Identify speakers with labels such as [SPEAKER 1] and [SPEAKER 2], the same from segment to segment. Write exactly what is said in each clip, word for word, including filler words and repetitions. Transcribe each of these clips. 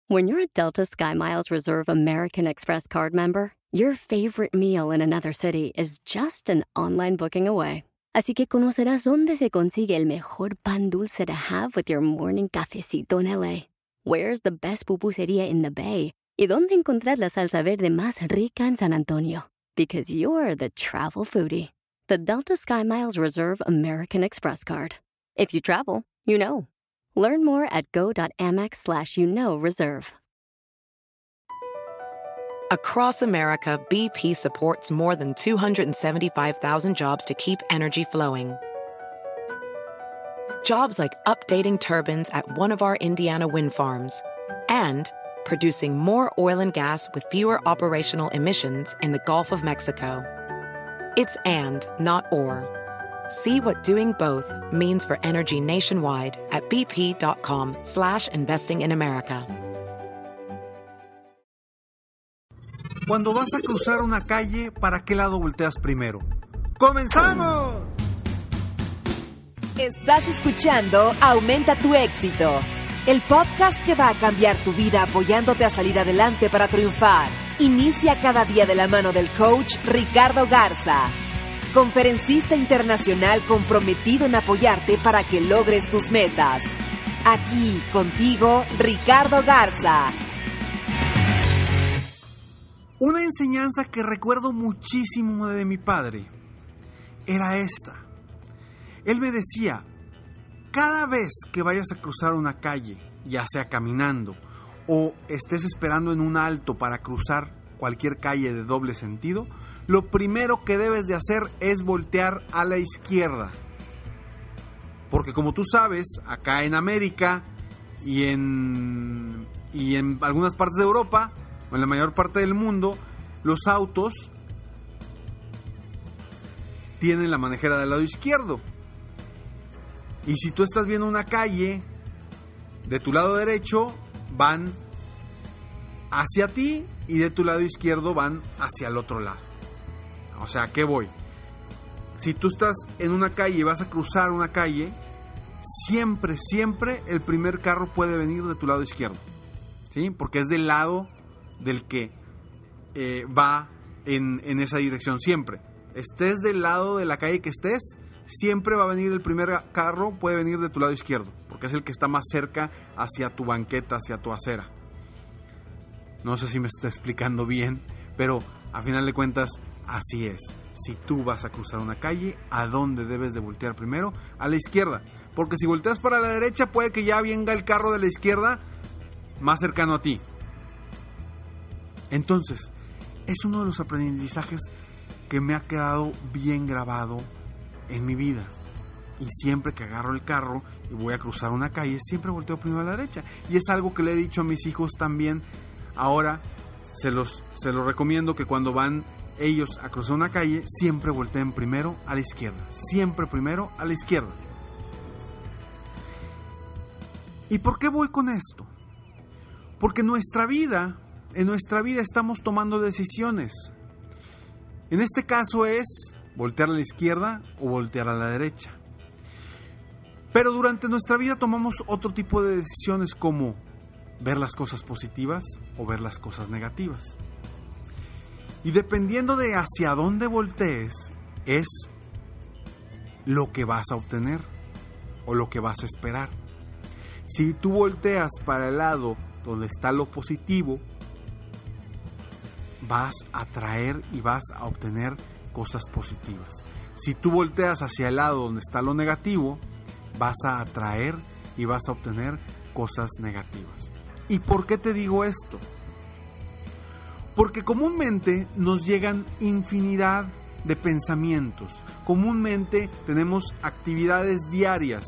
[SPEAKER 1] When you're a Delta SkyMiles Reserve American Express card member, your favorite meal in another city is just an online booking away. Así que conocerás dónde se consigue el mejor pan dulce to have with your morning cafecito en L A. Where's the best pupusería in the Bay? Y dónde encontrar la salsa verde más rica en San Antonio. Because you're the travel foodie. The Delta SkyMiles Reserve American Express card. If you travel, you know. Learn more at go.amex slash you know reserve.
[SPEAKER 2] Across America, B P supports more than two hundred seventy-five thousand jobs to keep energy flowing. Jobs like updating turbines at one of our Indiana wind farms and producing more oil and gas with fewer operational emissions in the Gulf of Mexico. It's and, not or. See what doing both means for energy nationwide at bp.com slash investing in America.
[SPEAKER 3] Cuando vas a cruzar una calle, ¿para qué lado volteas primero? ¡Comenzamos!
[SPEAKER 4] Estás escuchando Aumenta tu éxito, el podcast que va a cambiar tu vida apoyándote a salir adelante para triunfar. Inicia cada día de la mano del coach Ricardo Garza, conferencista internacional comprometido en apoyarte para que logres tus metas. Aquí contigo, Ricardo Garza.
[SPEAKER 3] Una enseñanza que recuerdo muchísimo de mi padre era esta. Él me decía, cada vez que vayas a cruzar una calle, ya sea caminando o estés esperando en un alto para cruzar cualquier calle de doble sentido, lo primero que debes de hacer es voltear a la izquierda. Porque como tú sabes, acá en América y en, y en algunas partes de Europa, o en la mayor parte del mundo, los autos tienen la manejera del lado izquierdo. Y si tú estás viendo una calle, de tu lado derecho van hacia ti y de tu lado izquierdo van hacia el otro lado. O sea, ¿a qué voy? Si tú estás en una calle y vas a cruzar una calle, siempre, siempre el primer carro puede venir de tu lado izquierdo, ¿sí? Porque es del lado del que eh, va en, en esa dirección siempre. Estés del lado de la calle que estés, siempre va a venir el primer carro, puede venir de tu lado izquierdo, porque es el que está más cerca hacia tu banqueta, hacia tu acera. No sé si me estoy explicando bien, pero a final de cuentas así es. Si tú vas a cruzar una calle, ¿a dónde debes de voltear primero? A la izquierda, porque si volteas para la derecha puede que ya venga el carro de la izquierda más cercano a ti. Entonces, es uno de los aprendizajes que me ha quedado bien grabado en mi vida. Y siempre que agarro el carro y voy a cruzar una calle, siempre volteo primero a la derecha. Y es algo que le he dicho a mis hijos también. Ahora se los, se los recomiendo que cuando van ellos a cruzar una calle, siempre volteen primero a la izquierda. Siempre primero a la izquierda. ¿Y por qué voy con esto? Porque nuestra vida... En nuestra vida estamos tomando decisiones. En este caso es voltear a la izquierda o voltear a la derecha. Pero durante nuestra vida tomamos otro tipo de decisiones, como ver las cosas positivas o ver las cosas negativas. Y dependiendo de hacia dónde voltees, es lo que vas a obtener o lo que vas a esperar. Si tú volteas para el lado donde está lo positivo, vas a atraer y vas a obtener cosas positivas. Si tú volteas hacia el lado donde está lo negativo, vas a atraer y vas a obtener cosas negativas. ¿Y por qué te digo esto? Porque comúnmente nos llegan infinidad de pensamientos. Comúnmente tenemos actividades diarias.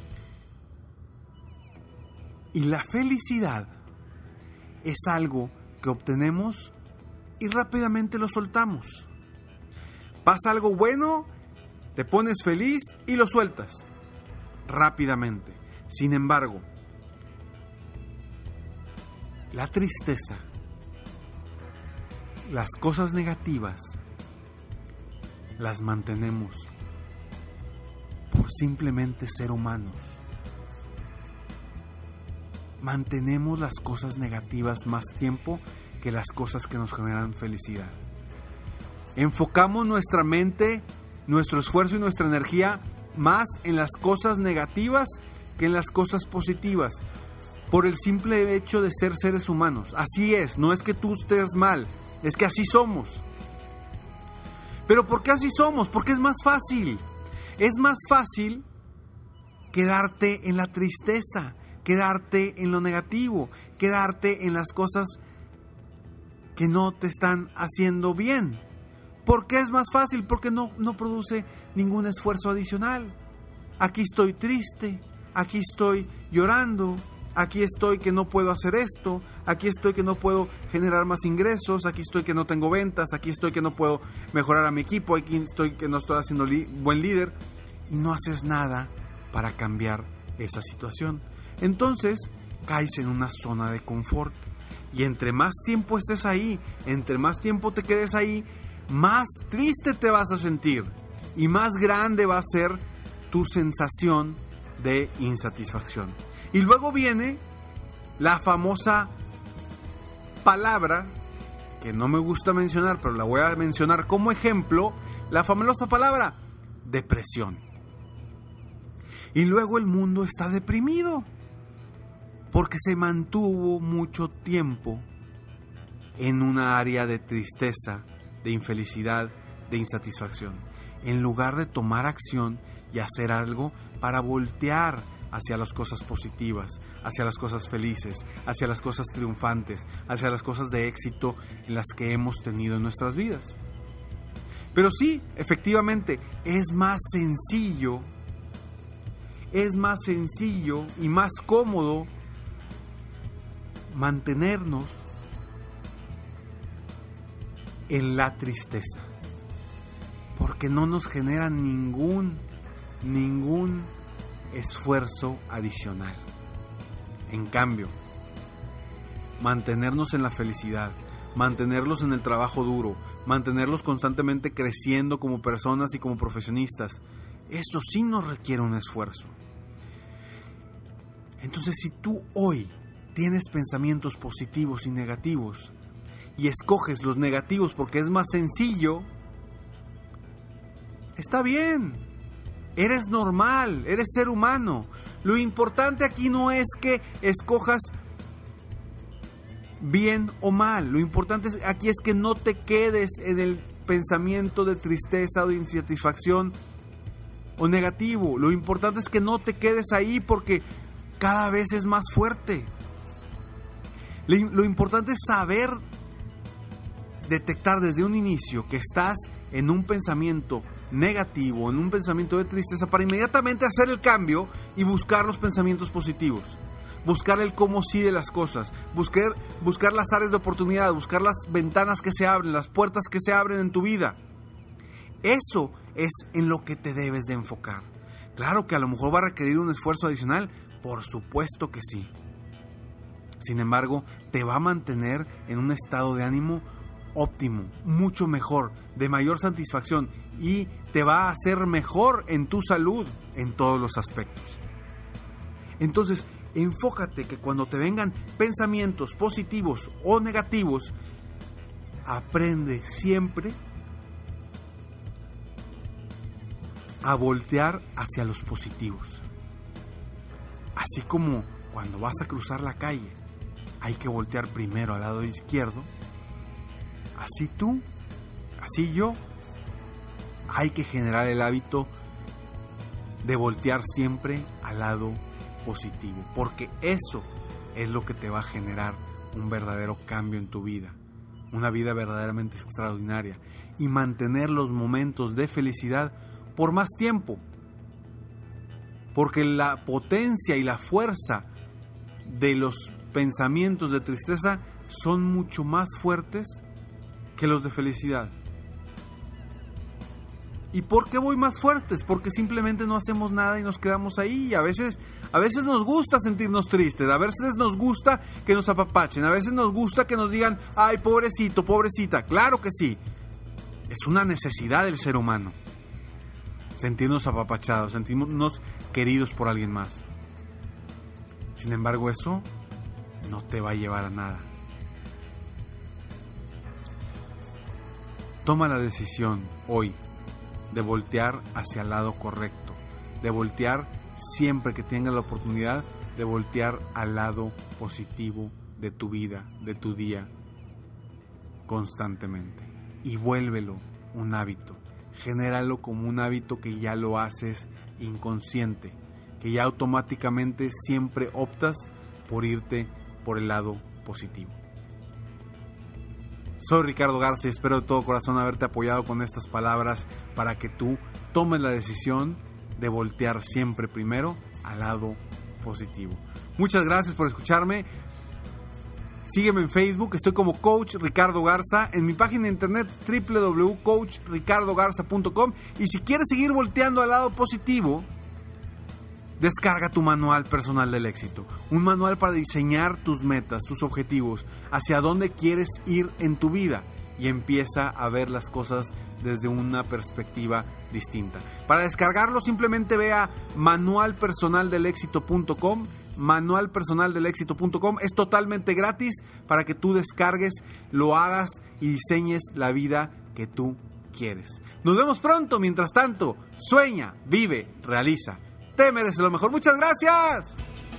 [SPEAKER 3] Y la felicidad es algo que obtenemos y rápidamente lo soltamos. Pasa algo bueno, te pones feliz y lo sueltas rápidamente. Sin embargo, la tristeza, las cosas negativas, las mantenemos por simplemente ser humanos. mantenemos las cosas negativas más tiempo que las cosas que nos generan felicidad. Enfocamos nuestra mente, nuestro esfuerzo y nuestra energía más en las cosas negativas que en las cosas positivas, por el simple hecho de ser seres humanos. Así es, no es que tú estés mal, es que así somos. ¿Pero por qué así somos? Porque es más fácil. Es más fácil quedarte en la tristeza, quedarte en lo negativo, quedarte en las cosas que no te están haciendo bien. ¿Por qué es más fácil? Porque no, no produce ningún esfuerzo adicional. Aquí estoy triste, aquí estoy llorando, aquí estoy que no puedo hacer esto, aquí estoy que no puedo generar más ingresos, aquí estoy que no tengo ventas, aquí estoy que no puedo mejorar a mi equipo, aquí estoy que no estoy haciendo li- buen líder, y no haces nada para cambiar esa situación. Entonces caes en una zona de confort, y entre más tiempo estés ahí, entre más tiempo te quedes ahí, más triste te vas a sentir y más grande va a ser tu sensación de insatisfacción. Y luego viene la famosa palabra, que no me gusta mencionar, pero la voy a mencionar como ejemplo, la famosa palabra depresión. Y luego el mundo está deprimido, porque se mantuvo mucho tiempo en una área de tristeza, de infelicidad, de insatisfacción, en lugar de tomar acción y hacer algo para voltear hacia las cosas positivas, hacia las cosas felices, hacia las cosas triunfantes, hacia las cosas de éxito en las que hemos tenido en nuestras vidas. Pero sí, efectivamente, es más sencillo, es más sencillo y más cómodo mantenernos en la tristeza, porque no nos genera ningún, ningún esfuerzo adicional. En cambio, mantenernos en la felicidad, mantenerlos en el trabajo duro, mantenerlos constantemente creciendo como personas y como profesionistas, eso sí nos requiere un esfuerzo. Entonces, si tú hoy tienes pensamientos positivos y negativos, y escoges los negativos porque es más sencillo, está bien, eres normal, eres ser humano. Lo importante aquí no es que escojas bien o mal, lo importante aquí es que no te quedes en el pensamiento de tristeza o de insatisfacción o negativo. Lo importante es que no te quedes ahí, porque cada vez es más fuerte. Lo importante es saber detectar desde un inicio que estás en un pensamiento negativo, en un pensamiento de tristeza, para inmediatamente hacer el cambio y buscar los pensamientos positivos, buscar el cómo sí de las cosas, buscar, buscar las áreas de oportunidad, buscar las ventanas que se abren, las puertas que se abren en tu vida. Eso es en lo que te debes de enfocar. Claro que a lo mejor va a requerir un esfuerzo adicional, por supuesto que sí. Sin embargo, te va a mantener en un estado de ánimo óptimo, mucho mejor, de mayor satisfacción, y te va a hacer mejor en tu salud en todos los aspectos. Entonces, enfócate que cuando te vengan pensamientos positivos o negativos, aprende siempre a voltear hacia los positivos. Así como cuando vas a cruzar la calle, hay que voltear primero al lado izquierdo. Así tú, así yo, hay que generar el hábito de voltear siempre al lado positivo, porque eso es lo que te va a generar un verdadero cambio en tu vida, una vida verdaderamente extraordinaria, y mantener los momentos de felicidad por más tiempo, porque la potencia y la fuerza de los pensamientos de tristeza son mucho más fuertes que los de felicidad. ¿Y por qué voy más fuertes? Porque simplemente no hacemos nada y nos quedamos ahí. Y a veces, a veces nos gusta sentirnos tristes, a veces nos gusta que nos apapachen, a veces nos gusta que nos digan, ay, pobrecito, pobrecita. Claro que sí, es una necesidad del ser humano, sentirnos apapachados, sentirnos queridos por alguien más. Sin embargo, eso no te va a llevar a nada. Toma la decisión hoy de voltear hacia el lado correcto, de voltear siempre que tengas la oportunidad, de voltear al lado positivo de tu vida, de tu día, constantemente. Y vuélvelo un hábito. Genéralo como un hábito que ya lo haces inconsciente, que ya automáticamente siempre optas por irte por el lado positivo. Soy Ricardo Garza y espero de todo corazón haberte apoyado con estas palabras para que tú tomes la decisión de voltear siempre primero al lado positivo. Muchas gracias por escucharme. Sígueme en Facebook, estoy como Coach Ricardo Garza, en mi página de internet doble u doble u doble u punto coach ricardo garza punto com, y si quieres seguir volteando al lado positivo, descarga tu manual personal del éxito, un manual para diseñar tus metas, tus objetivos, hacia dónde quieres ir en tu vida, y empieza a ver las cosas desde una perspectiva distinta. Para descargarlo simplemente ve a manual personal del éxito punto com, manual personal del éxito punto com, es totalmente gratis para que tú descargues, lo hagas y diseñes la vida que tú quieres. Nos vemos pronto, mientras tanto, sueña, vive, realiza. Te mereces lo mejor. Muchas gracias.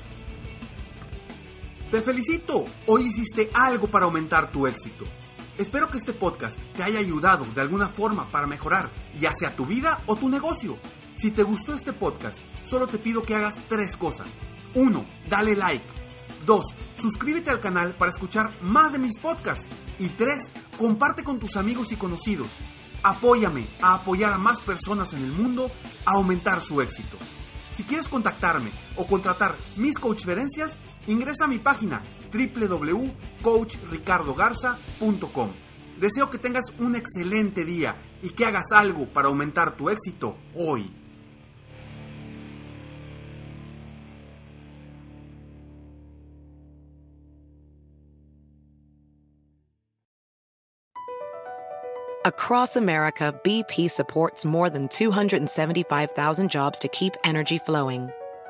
[SPEAKER 3] Te felicito. Hoy hiciste algo para aumentar tu éxito. Espero que este podcast te haya ayudado de alguna forma para mejorar, ya sea tu vida o tu negocio. Si te gustó este podcast, solo te pido que hagas tres cosas. Uno, dale like. Dos, suscríbete al canal para escuchar más de mis podcasts. Y tres, comparte con tus amigos y conocidos. Apóyame a apoyar a más personas en el mundo a aumentar su éxito. Si quieres contactarme o contratar mis coachferencias, ingresa a mi página doble u doble u doble u punto coach ricardo garza punto com. Deseo que tengas un excelente día y que hagas algo para aumentar tu éxito hoy.
[SPEAKER 2] Across America, B P supports more than two hundred seventy-five thousand jobs to keep energy flowing.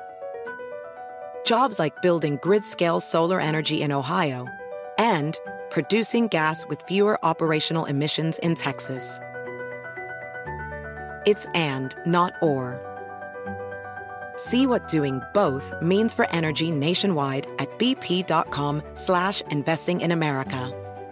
[SPEAKER 2] Jobs like building grid-scale solar energy in Ohio and producing gas with fewer operational emissions in Texas. It's and, not or. See what doing both means for energy nationwide at bp.com slash investing in America.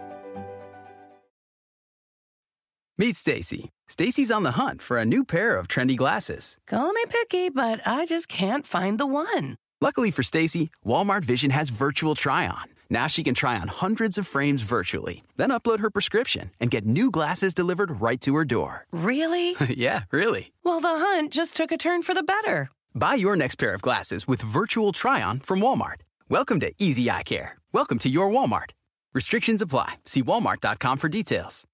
[SPEAKER 5] Meet Stacy. Stacy's on the hunt for a new pair of trendy glasses.
[SPEAKER 6] Call me picky, but I just can't find the one.
[SPEAKER 5] Luckily for Stacy, Walmart Vision has virtual try-on. Now she can try on hundreds of frames virtually, then upload her prescription and get new glasses delivered right to her door.
[SPEAKER 6] Really?
[SPEAKER 5] Yeah, really.
[SPEAKER 6] Well, the hunt just took a turn for the better.
[SPEAKER 5] Buy your next pair of glasses with virtual try-on from Walmart. Welcome to Easy Eye Care. Welcome to your Walmart. Restrictions apply. See walmart dot com for details.